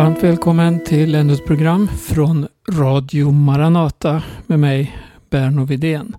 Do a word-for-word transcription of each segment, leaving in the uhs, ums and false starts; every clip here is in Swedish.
Varmt välkommen till ännu ett program från Radio Maranata med mig, Berno Widén.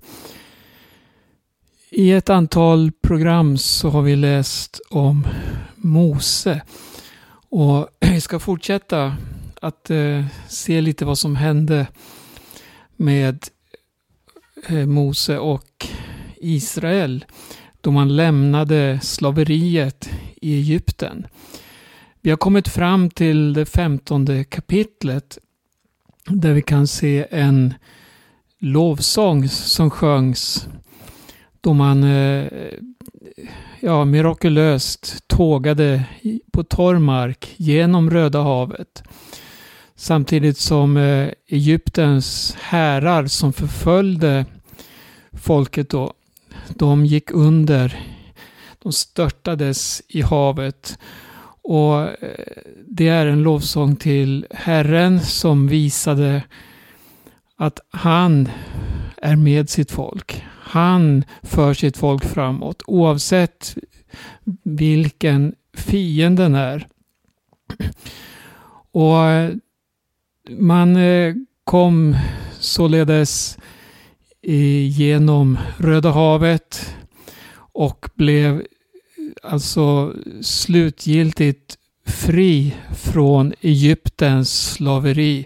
I ett antal program så har vi läst om Mose och vi ska fortsätta att eh, se lite vad som hände med eh, Mose och Israel då man lämnade slaveriet i Egypten. Vi har kommit fram till det femtonde kapitlet där vi kan se en lovsång som sjöngs då man eh, ja, mirakulöst tågade på torr mark genom Röda havet. Samtidigt som eh, Egyptens härar som förföljde folket då, de gick under, de störtades i havet. Och det är en lovsång till Herren som visade att han är med sitt folk. Han för sitt folk framåt oavsett vilken fienden är. Och man kom således genom Röda havet och blev alltså slutgiltigt fri från Egyptens slaveri.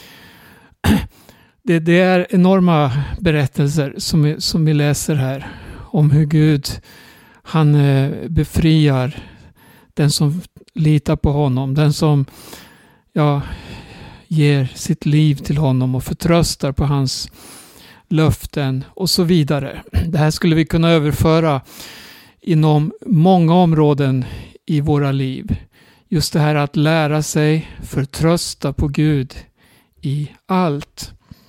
Det, det är enorma berättelser som, som vi läser här om hur Gud han eh, befriar den som litar på honom, den som ja, ger sitt liv till honom och förtröstar på hans löften och så vidare. Det här skulle vi kunna överföra inom många områden i våra liv. Just det här att lära sig förtrösta på Gud i allt.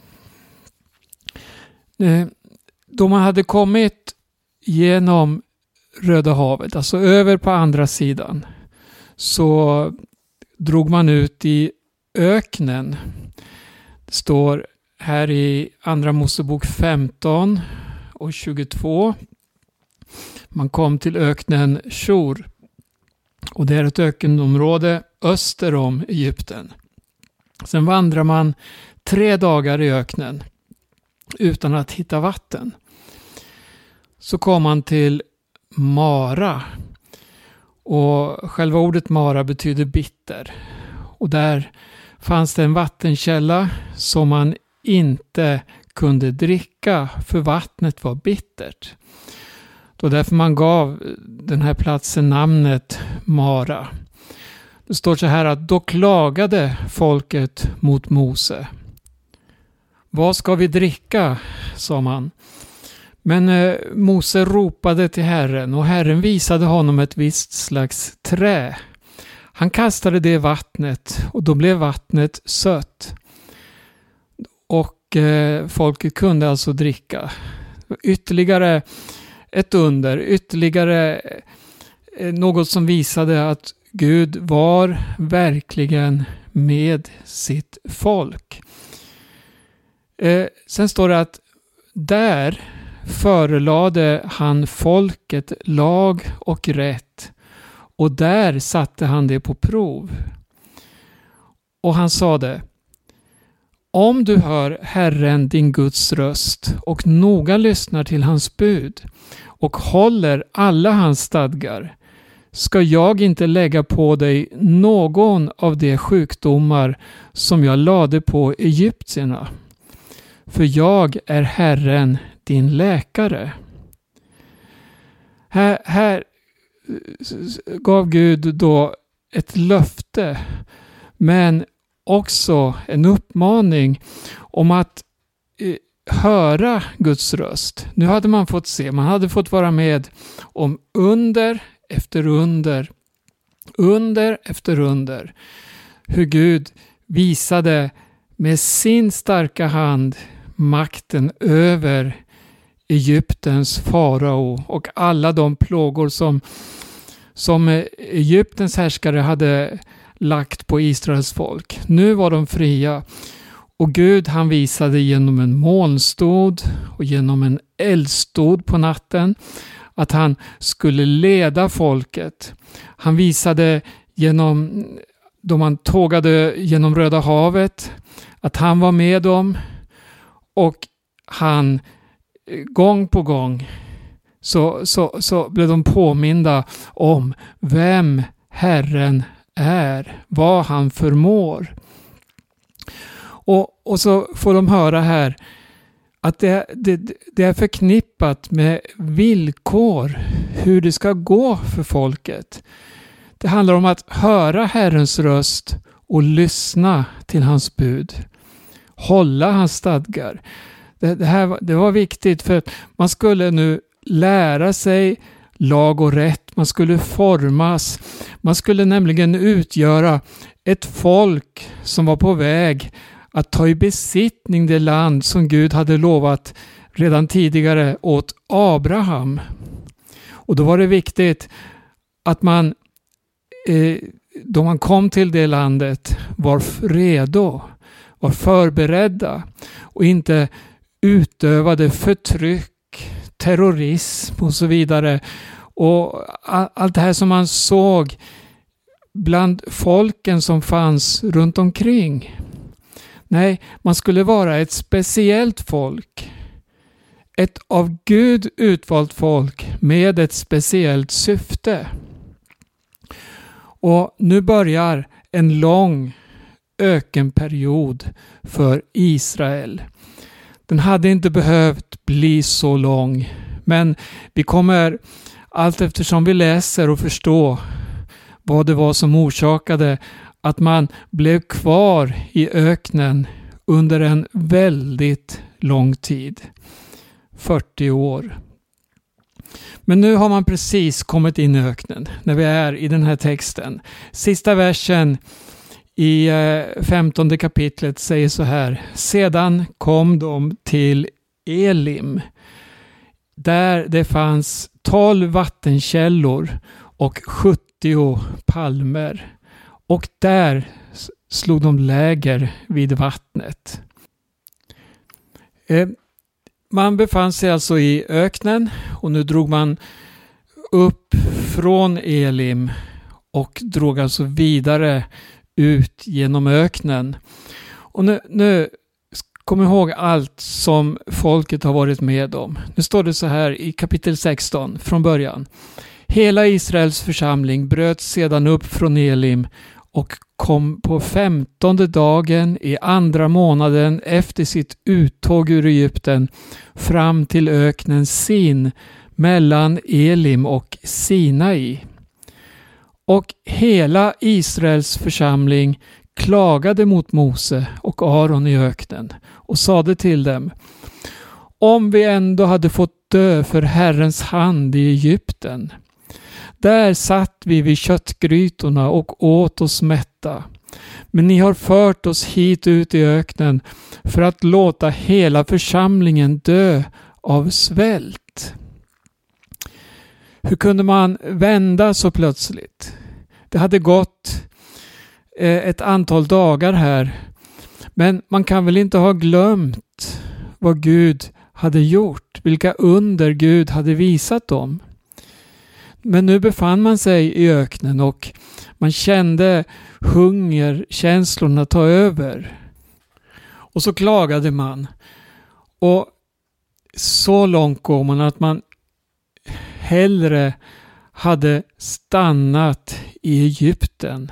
Då man hade kommit genom Röda havet, alltså över på andra sidan, så drog man ut i öknen. Det står här i Andra Mosebok femton och tjugotvå. Man kom till öknen Shur och det är ett ökenområde öster om Egypten. Sen vandrar man tre dagar i öknen utan att hitta vatten. Så kom man till Mara och själva ordet Mara betyder bitter. Och där fanns det en vattenkälla som man inte kunde dricka för vattnet var bittert. Och därför man gav den här platsen namnet Mara. Det står så här att då klagade folket mot Mose. Vad ska vi dricka, sa man. Men eh, Mose ropade till Herren och Herren visade honom ett visst slags trä. Han kastade det i vattnet och då blev vattnet sött. Och eh, folket kunde alltså dricka. Ytterligare ett under, ytterligare något som visade att Gud var verkligen med sitt folk. Eh, sen står det att där förelade han folket lag och rätt och där satte han det på prov. Och han sa det: om du hör Herren din Guds röst och noga lyssnar till hans bud och håller alla hans stadgar, ska jag inte lägga på dig någon av de sjukdomar som jag lade på egyptierna. För jag är Herren din läkare. Här, här gav Gud då ett löfte, men också en uppmaning om att eh, höra Guds röst. Nu hade man fått se, man hade fått vara med om under efter under, under efter under, hur Gud visade med sin starka hand makten över Egyptens farao och alla de plågor som, som Egyptens härskare hade lagt på Israels folk. Nu var de fria och Gud han visade genom en molnstod och genom en eldstod på natten att han skulle leda folket. Han visade genom då man tågade genom Röda havet, att han var med dem och han gång på gång så, så, så blev de påminda om vem Herren är, vad han förmår. Och, och så får de höra här att det, det, det är förknippat med villkor hur det ska gå för folket. Det handlar om att höra Herrens röst och lyssna till hans bud. Hålla hans stadgar. Det, det, här, det var viktigt för att man skulle nu lära sig lag och rätt. Man skulle formas. Man skulle nämligen utgöra ett folk som var på väg att ta i besittning det land som Gud hade lovat redan tidigare åt Abraham. Och då var det viktigt att man eh, då man kom till det landet var redo, var förberedda och inte utövade förtryck, terrorism och så vidare. Och allt det här som man såg bland folken som fanns runt omkring. Nej, man skulle vara ett speciellt folk. Ett av Gud utvalt folk med ett speciellt syfte. Och nu börjar en lång ökenperiod för Israel. Den hade inte behövt bli så lång, men vi kommer allt eftersom vi läser och förstår vad det var som orsakade att man blev kvar i öknen under en väldigt lång tid. fyrtio år. Men nu har man precis kommit in i öknen när vi är i den här texten. Sista versen i femtonde kapitlet säger så här: sedan kom de till Elim, där det fanns tolv vattenkällor och sjuttio palmer, och där slog de läger vid vattnet. Man befann sig alltså i öknen och nu drog man upp från Elim och drog alltså vidare ut genom öknen. Och nu, nu kom ihåg allt som folket har varit med om. Nu står det så här i kapitel sexton från början. Hela Israels församling bröt sedan upp från Elim och kom på femtonde dagen i andra månaden efter sitt uttåg ur Egypten fram till öknen Sin mellan Elim och Sinai. Och hela Israels församling klagade mot Mose och Aron i öknen och sade till dem: om vi ändå hade fått dö för Herrens hand i Egypten. Där satt vi vid köttgrytorna och åt oss mätta. Men ni har fört oss hit ut i öknen för att låta hela församlingen dö av svält. Hur kunde man vända så plötsligt? Det hade gått ett antal dagar här. Men man kan väl inte ha glömt vad Gud hade gjort, vilka under Gud hade visat dem. Men nu befann man sig i öknen och man kände hungerkänslorna ta över. Och så klagade man. Och så långt går man att man hellre hade stannat i Egypten.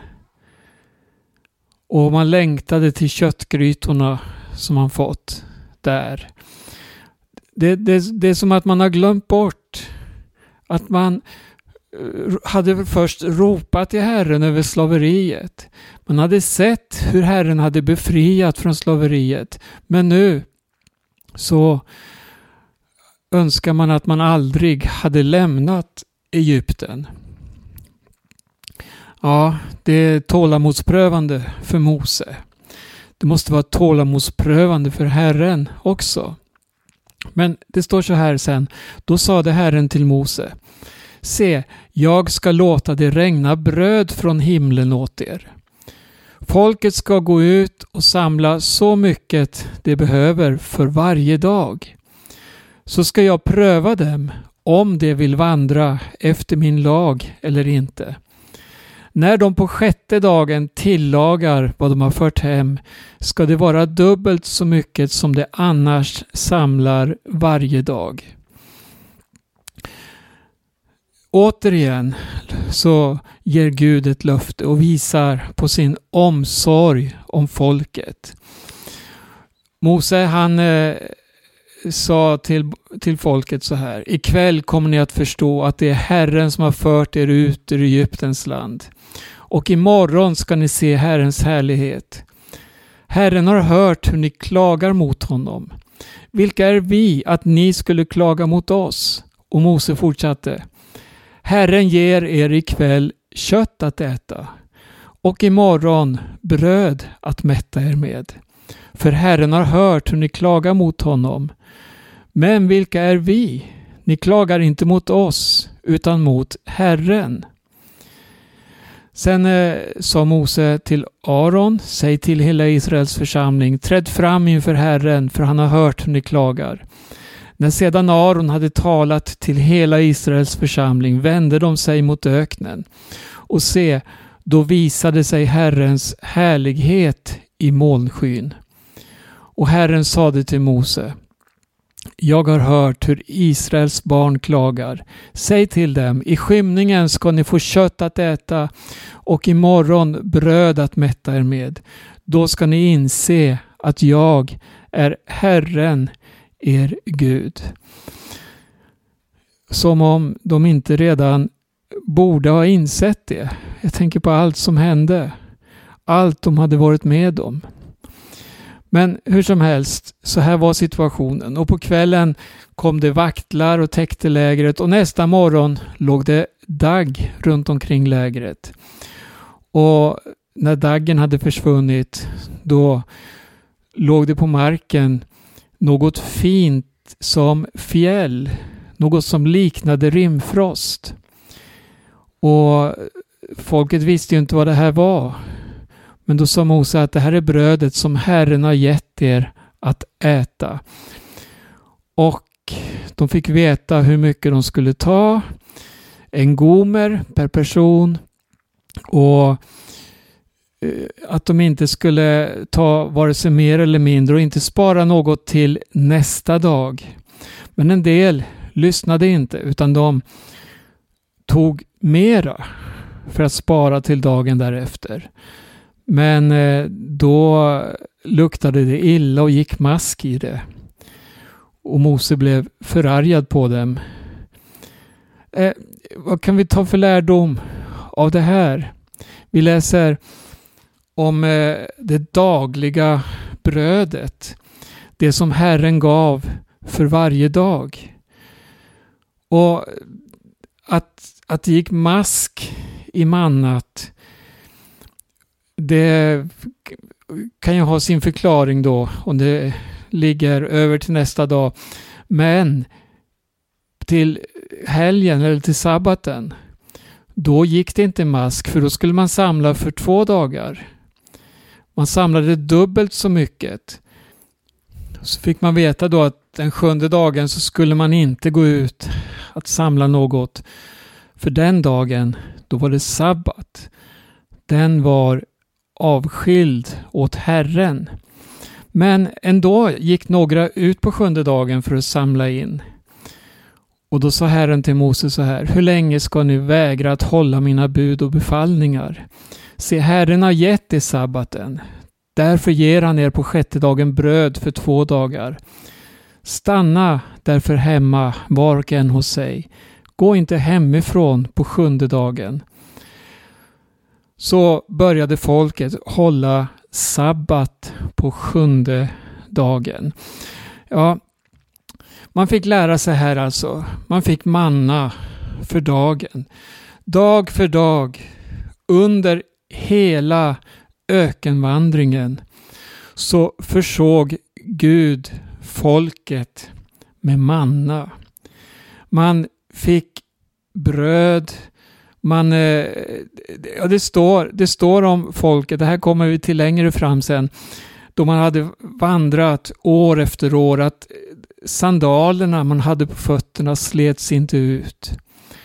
Och man längtade till köttgrytorna som man fått där. Det, det, det är som att man har glömt bort att man hade först ropat till Herren över slaveriet. Man hade sett hur Herren hade befriat från slaveriet. Men nu så önskar man att man aldrig hade lämnat Egypten. Ja, det är tålamodsprövande för Mose. Det måste vara tålamodsprövande för Herren också. Men det står så här sen. Då sade Herren till Mose: se, jag ska låta det regna bröd från himlen åt er. Folket ska gå ut och samla så mycket det behöver för varje dag. Så ska jag pröva dem om de vill vandra efter min lag eller inte. När de på sjätte dagen tillagar vad de har fört hem ska det vara dubbelt så mycket som det annars samlar varje dag. Återigen så ger Gud ett löfte och visar på sin omsorg om folket. Mose han eh, sa till, till folket så här: ikväll kommer ni att förstå att det är Herren som har fört er ut ur Egyptens land. Och imorgon ska ni se Herrens härlighet. Herren har hört hur ni klagar mot honom. Vilka är vi att ni skulle klaga mot oss? Och Mose fortsatte: Herren ger er ikväll kött att äta och imorgon bröd att mätta er med. För Herren har hört hur ni klagar mot honom. Men vilka är vi? Ni klagar inte mot oss utan mot Herren. Sen eh, sa Mose till Aron: säg till hela Israels församling, träd fram inför Herren, för han har hört hur ni klagar. När sedan Aron hade talat till hela Israels församling vände de sig mot öknen. Och se, då visade sig Herrens härlighet i molnskyn. Och Herren sade till Mose: jag har hört hur Israels barn klagar. Säg till dem, i skymningen ska ni få kött att äta och imorgon bröd att mätta er med. Då ska ni inse att jag är Herren, er Gud. Som om de inte redan borde ha insett det. Jag tänker på allt som hände. Allt de hade varit med om. Men hur som helst, så här var situationen. Och på kvällen kom det vaktlar och täckte lägret. Och nästa morgon låg det dagg runt omkring lägret. Och när daggen hade försvunnit, då låg det på marken något fint som fjäll. Något som liknade rimfrost. Och folket visste ju inte vad det här var. Men då sa Mose att det här är brödet som Herren har gett er att äta. Och de fick veta hur mycket de skulle ta. En gomer per person. Och att de inte skulle ta vare sig mer eller mindre och inte spara något till nästa dag. Men en del lyssnade inte, utan de tog mera för att spara till dagen därefter. Men då luktade det illa och gick mask i det. Och Mose blev förargad på dem. Eh, vad kan vi ta för lärdom av det här? Vi läser om eh, det dagliga brödet. Det som Herren gav för varje dag. Och att, att det gick mask i mannat, det kan ju ha sin förklaring då om det ligger över till nästa dag. Men till helgen eller till sabbaten, då gick det inte mask, för då skulle man samla för två dagar. Man samlade dubbelt så mycket. Så fick man veta då att den sjunde dagen så skulle man inte gå ut att samla något. För den dagen, då var det sabbat. Den var avskild åt Herren. Men ändå gick några ut på sjunde dagen för att samla in. Och då sa Herren till Mose så här: hur länge ska ni vägra att hålla mina bud och befallningar? Se, Herren har gett er sabbaten. Därför ger han er på sjätte dagen bröd för två dagar. Stanna därför hemma var och en hos sig. Gå inte hemifrån på sjunde dagen. Så började folket hålla sabbat på sjunde dagen. Ja, man fick lära sig här alltså. Man fick manna för dagen. Dag för dag under hela ökenvandringen så försåg Gud folket med manna. Man fick bröd. Man, ja, det, står, det står om folket, det här kommer vi till längre fram sen, då man hade vandrat år efter år, att sandalerna man hade på fötterna slets inte ut.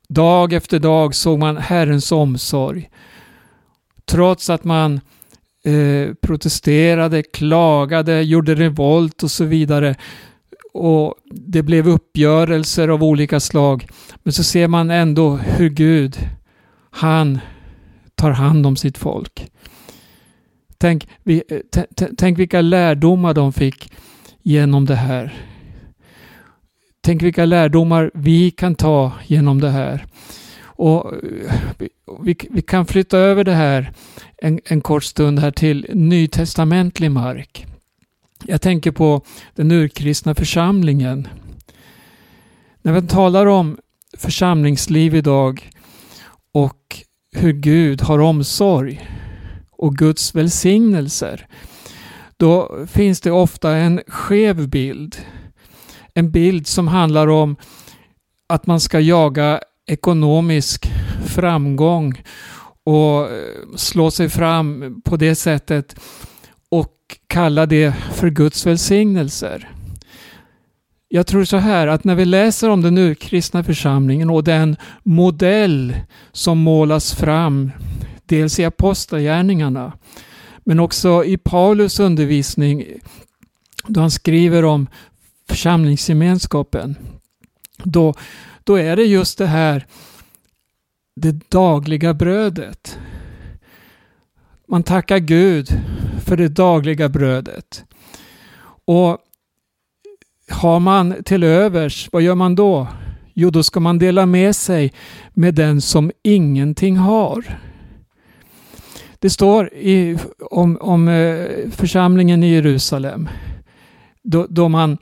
Dag efter dag såg man Herrens omsorg. Trots att man eh, protesterade, klagade, gjorde revolt och så vidare. Och det blev uppgörelser av olika slag. Men så ser man ändå hur Gud, han tar hand om sitt folk. Tänk, vi, t- t- tänk vilka lärdomar de fick genom det här. Tänk vilka lärdomar vi kan ta genom det här. Och vi, vi kan flytta över det här en, en kort stund här till nytestamentlig mark. Jag tänker på den urkristna församlingen. När vi talar om församlingsliv idag och hur Gud har omsorg och Guds välsignelser, då finns det ofta en skev bild. En bild som handlar om att man ska jaga ekonomisk framgång och slå sig fram på det sättet och kalla det för Guds välsignelser. Jag tror så här att när vi läser om den urkristna församlingen och den modell som målas fram dels i apostlagärningarna men också i Paulus undervisning då han skriver om församlingsgemenskapen, då, då är det just det här, det dagliga brödet. Man tackar Gud för det dagliga brödet. Och har man till övers, vad gör man då? Jo, då ska man dela med sig med den som ingenting har. Det står i, om, om församlingen i Jerusalem, då, då man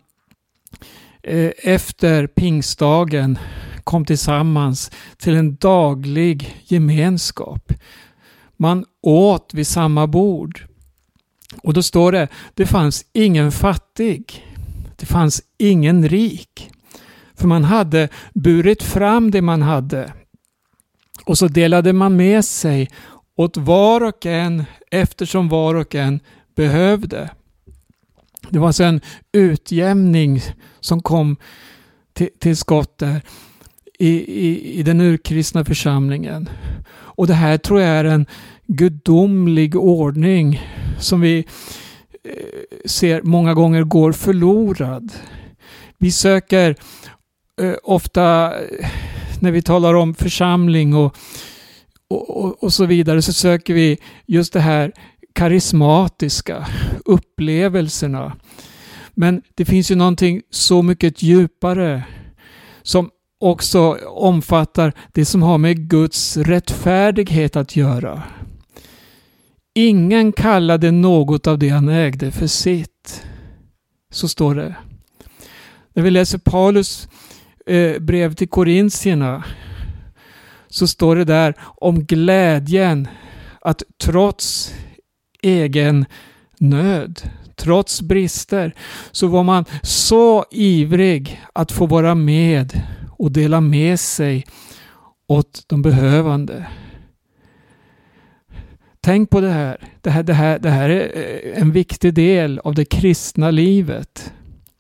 efter pingstdagen kom tillsammans till en daglig gemenskap. Man åt vid samma bord. Och då står det, det fanns ingen fattig. Det fanns ingen rik. För man hade burit fram det man hade. Och så delade man med sig åt var och en eftersom var och en behövde. Det var alltså en utjämning som kom till, till skott där i, i, i den urkristna församlingen. Och det här tror jag är en gudomlig ordning som vi eh, ser många gånger går förlorad. Vi söker eh, ofta när vi talar om församling och, och, och, och så vidare så söker vi just det här karismatiska upplevelserna. Men det finns ju någonting så mycket djupare som också omfattar det som har med Guds rättfärdighet att göra. Ingen kallade något av det han ägde för sitt. Så står det. När vi läser Paulus eh, brev till Korintierna så står det där om glädjen att trots egen nöd, trots brister, så var man så ivrig att få vara med och dela med sig åt de behövande. Tänk på det här. Det här, det här, det här är en viktig del av det kristna livet.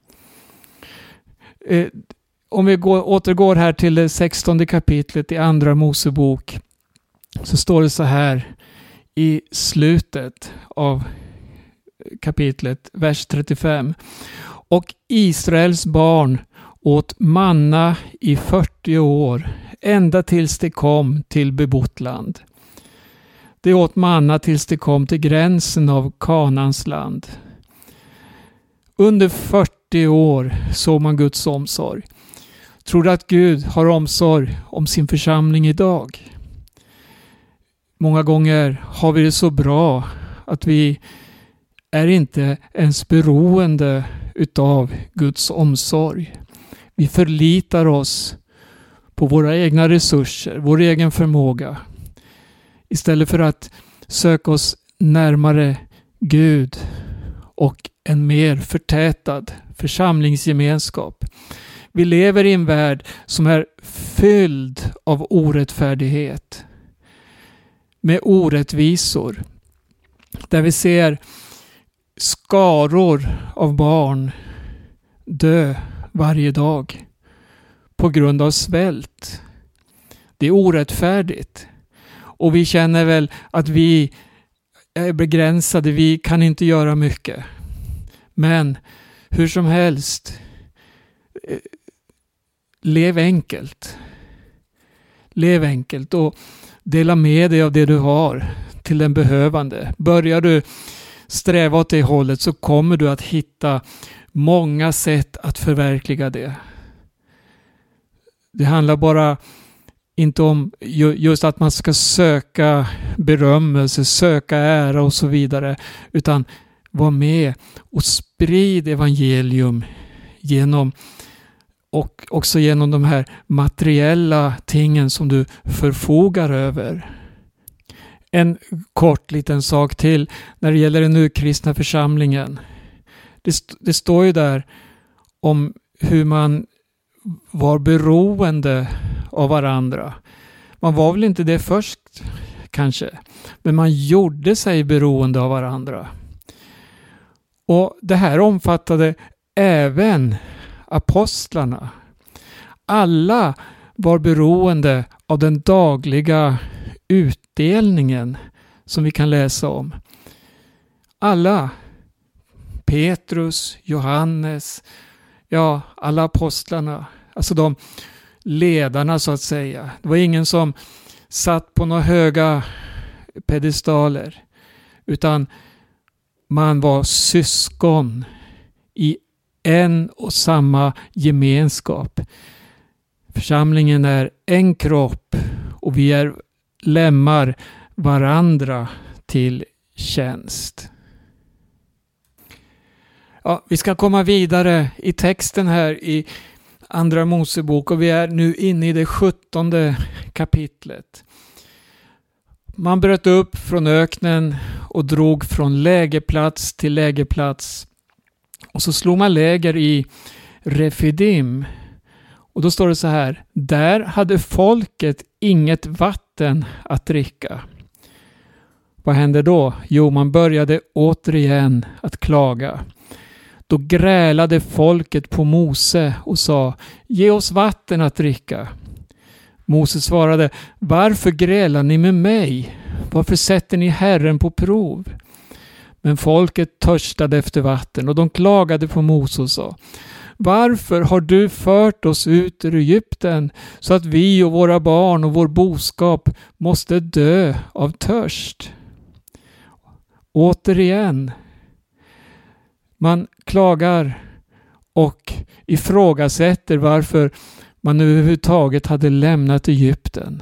Eh, om vi går, återgår här till det sextonde kapitlet i andra Mosebok så står det så här i slutet av kapitlet, vers trettiofem. Och Israels barn åt manna i fyrtio år, ända tills det kom till bebott land. Det åt manna tills det kom till gränsen av Kanans land. Under fyrtio år såg man Guds omsorg. Tror du att Gud har omsorg om sin församling idag? Många gånger har vi det så bra att vi är inte ens beroende utav Guds omsorg. Vi förlitar oss på våra egna resurser, vår egen förmåga. Istället för att söka oss närmare Gud och en mer förtätad församlingsgemenskap. Vi lever i en värld som är fylld av orättfärdighet. Med orättvisor. Där vi ser skaror av barn dö varje dag på grund av svält. Det är orättfärdigt. Och vi känner väl att vi är begränsade, vi kan inte göra mycket. Men hur som helst, lev enkelt. Lev enkelt och dela med dig av det du har till den behövande. Börjar du sträva åt det hållet så kommer du att hitta många sätt att förverkliga det. Det handlar bara inte om just att man ska söka berömmelse, söka ära och så vidare, utan var med och sprid evangelium genom och också genom de här materiella tingen som du förfogar över. En kort liten sak till när det gäller den urkristna församlingen. Det, st- det står ju där om hur man var beroende av varandra. Man var väl inte det först kanske, men man gjorde sig beroende av varandra. Och det här omfattade även apostlarna. Alla var beroende av den dagliga utdelningen som vi kan läsa om. Alla, Petrus, Johannes, ja, alla apostlarna, alltså de ledarna så att säga. Det var ingen som satt på några höga pedestaler, utan man var syskon i en och samma gemenskap. Församlingen är en kropp och vi är lämmar varandra till tjänst. Ja, vi ska komma vidare i texten här i Andra Mosebok och vi är nu inne i det sjuttonde kapitlet. Man bröt upp från öknen och drog från lägerplats till lägerplats. Och så slog man läger i Refidim. Och då står det så här: där hade folket inget vatten att dricka. Vad hände då? Jo, man började återigen att klaga. Då grälade folket på Mose och sa: ge oss vatten att dricka. Mose svarade: varför grälar ni med mig? Varför sätter ni Herren på prov? Men folket törstade efter vatten och de klagade på Mose och sa: varför har du fört oss ut ur Egypten så att vi och våra barn och vår boskap måste dö av törst? Återigen, man klagar och ifrågasätter varför man överhuvudtaget hade lämnat Egypten.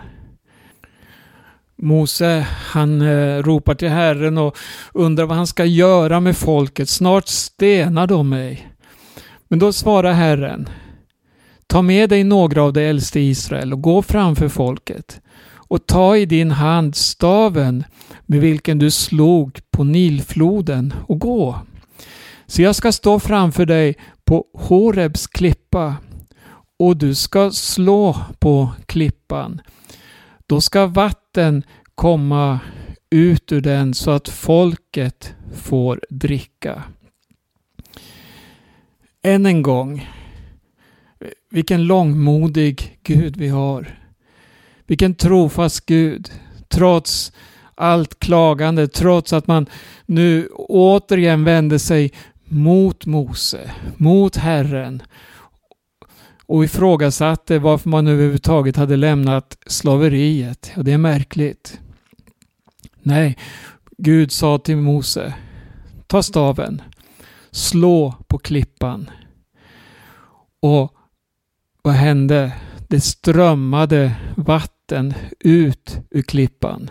Mose, han eh, ropar till Herren och undrar vad han ska göra med folket. Snart stenar de mig. Men då svarar Herren: ta med dig några av de äldste i Israel och gå framför folket och ta i din hand staven med vilken du slog på Nilfloden och gå. Så jag ska stå framför dig på Horebs klippa och du ska slå på klippan. Då ska vatten komma ut ur den så att folket får dricka. Än en gång, vilken långmodig Gud vi har. Vilken trofast Gud, trots allt klagande, trots att man nu återigen vände sig mot Mose, mot Herren och ifrågasatte varför man överhuvudtaget hade lämnat slaveriet. Och det är märkligt. Nej, Gud sa till Mose: ta staven, slå på klippan. Och vad hände? Det strömmade vatten ut ur klippan.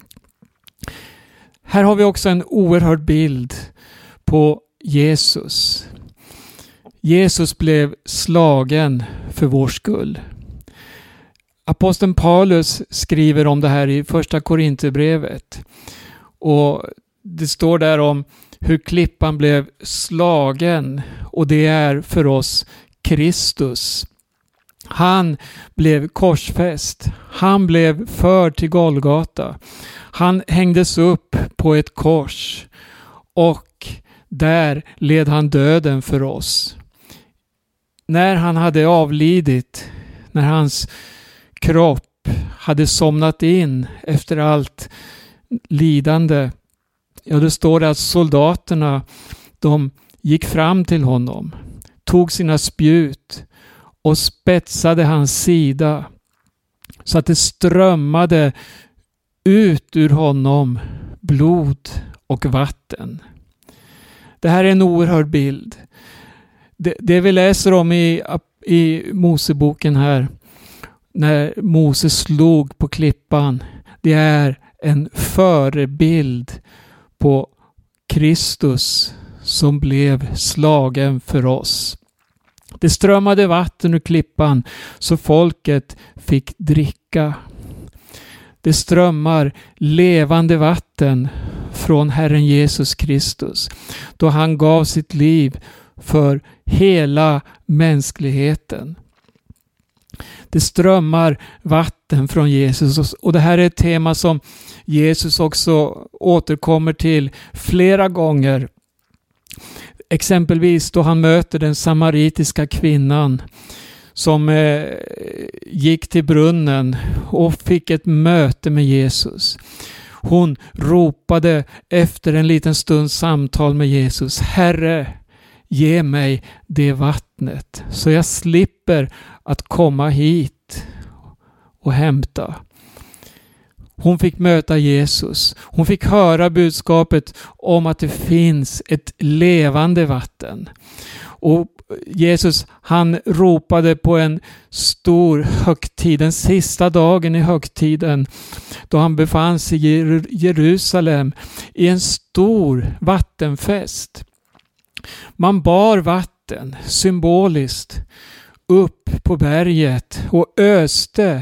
Här har vi också en oerhörd bild på Jesus. Jesus blev slagen för vår skull. Aposteln Paulus skriver om det här i första Korinthierbrevet. Och det står där om hur klippan blev slagen, och det är för oss Kristus. Han blev korsfäst. Han blev förd till Golgata. Han hängdes upp på ett kors och där led han döden för oss. När han hade avlidit, när hans kropp kropp hade somnat in efter allt lidande. Ja, det står det att soldaterna, de gick fram till honom, tog sina spjut och spetsade hans sida så att det strömmade ut ur honom blod och vatten. Det här är en oerhörd bild. Det, det vi läser om i, i Moseboken här, när Mose slog på klippan, det är en förebild på Kristus som blev slagen för oss. Det strömmade vatten ur klippan så folket fick dricka. Det strömmar levande vatten från Herren Jesus Kristus, då han gav sitt liv för hela mänskligheten. Det strömmar vatten från Jesus, och det här är ett tema som Jesus också återkommer till flera gånger. Exempelvis då han möter den samaritiska kvinnan som eh, gick till brunnen och fick ett möte med Jesus. Hon ropade efter en liten stunds samtal med Jesus: Herre, ge mig det vattnet så jag slipper att komma hit och hämta. Hon fick möta Jesus. Hon fick höra budskapet om att det finns ett levande vatten. Och Jesus, han ropade på en stor högtid, den sista dagen i högtiden, då han befann sig i Jerusalem i en stor vattenfest. Man bar vatten symboliskt upp på berget och öste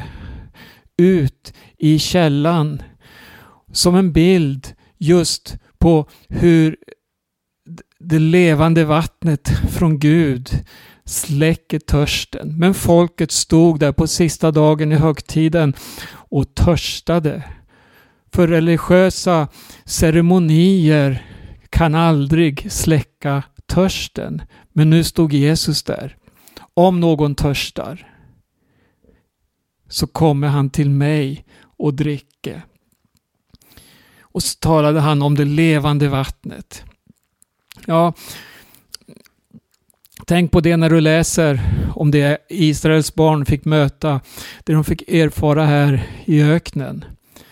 ut i källan som en bild just på hur det levande vattnet från Gud släcker törsten. Men folket stod där på sista dagen i högtiden och törstade. För religiösa ceremonier kan aldrig släcka törsten. Men nu stod Jesus där. Om någon törstar så kommer han till mig och dricker. Och så talade han om det levande vattnet. Ja, tänk på det när du läser om det Israels barn fick möta, det de fick erfara här i öknen.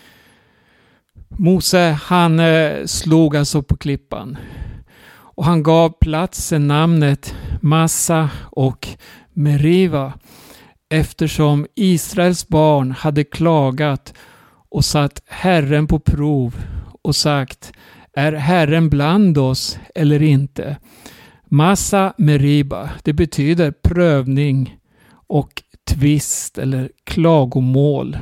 Mose, han eh, slog alltså på klippan och han gav platsen namnet Massa och Meriva, eftersom Israels barn hade klagat och satt Herren på prov och sagt: är Herren bland oss eller inte? Massa Meriba, det betyder prövning och tvist eller klagomål.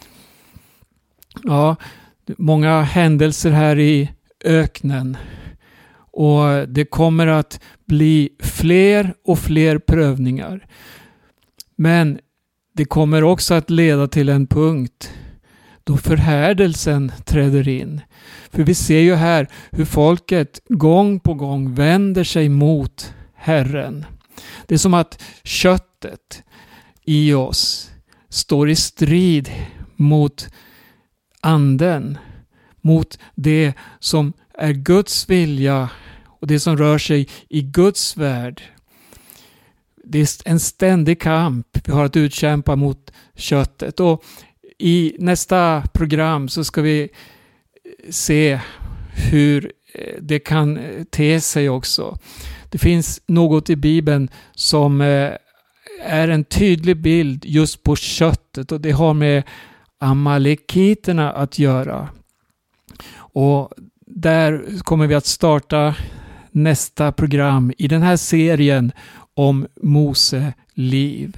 Ja, många händelser här i öknen, och det kommer att bli fler och fler prövningar. Men det kommer också att leda till en punkt då förhärdelsen träder in. För vi ser ju här hur folket gång på gång vänder sig mot Herren. Det är som att köttet i oss står i strid mot anden, mot det som är Guds vilja och det som rör sig i Guds värld. Det är en ständig kamp vi har att utkämpa mot köttet. Och i nästa program så ska vi se hur det kan te sig också. Det finns något i Bibeln som är en tydlig bild just på köttet, och det har med amalekiterna att göra. Och där kommer vi att starta nästa program i den här serien om Mose liv.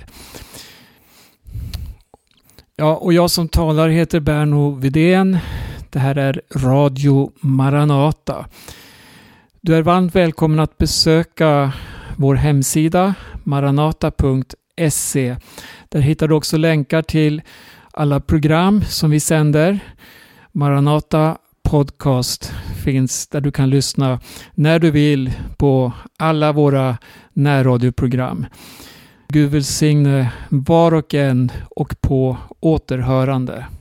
Ja, och jag som talar heter Berno Widén. Det här är Radio Maranata. Du är varmt välkommen att besöka vår hemsida maranata punkt se. Där hittar du också länkar till alla program som vi sänder. Maranata podcast finns där du kan lyssna när du vill på alla våra närradioprogram. Gud välsigne var och en och på återhörande.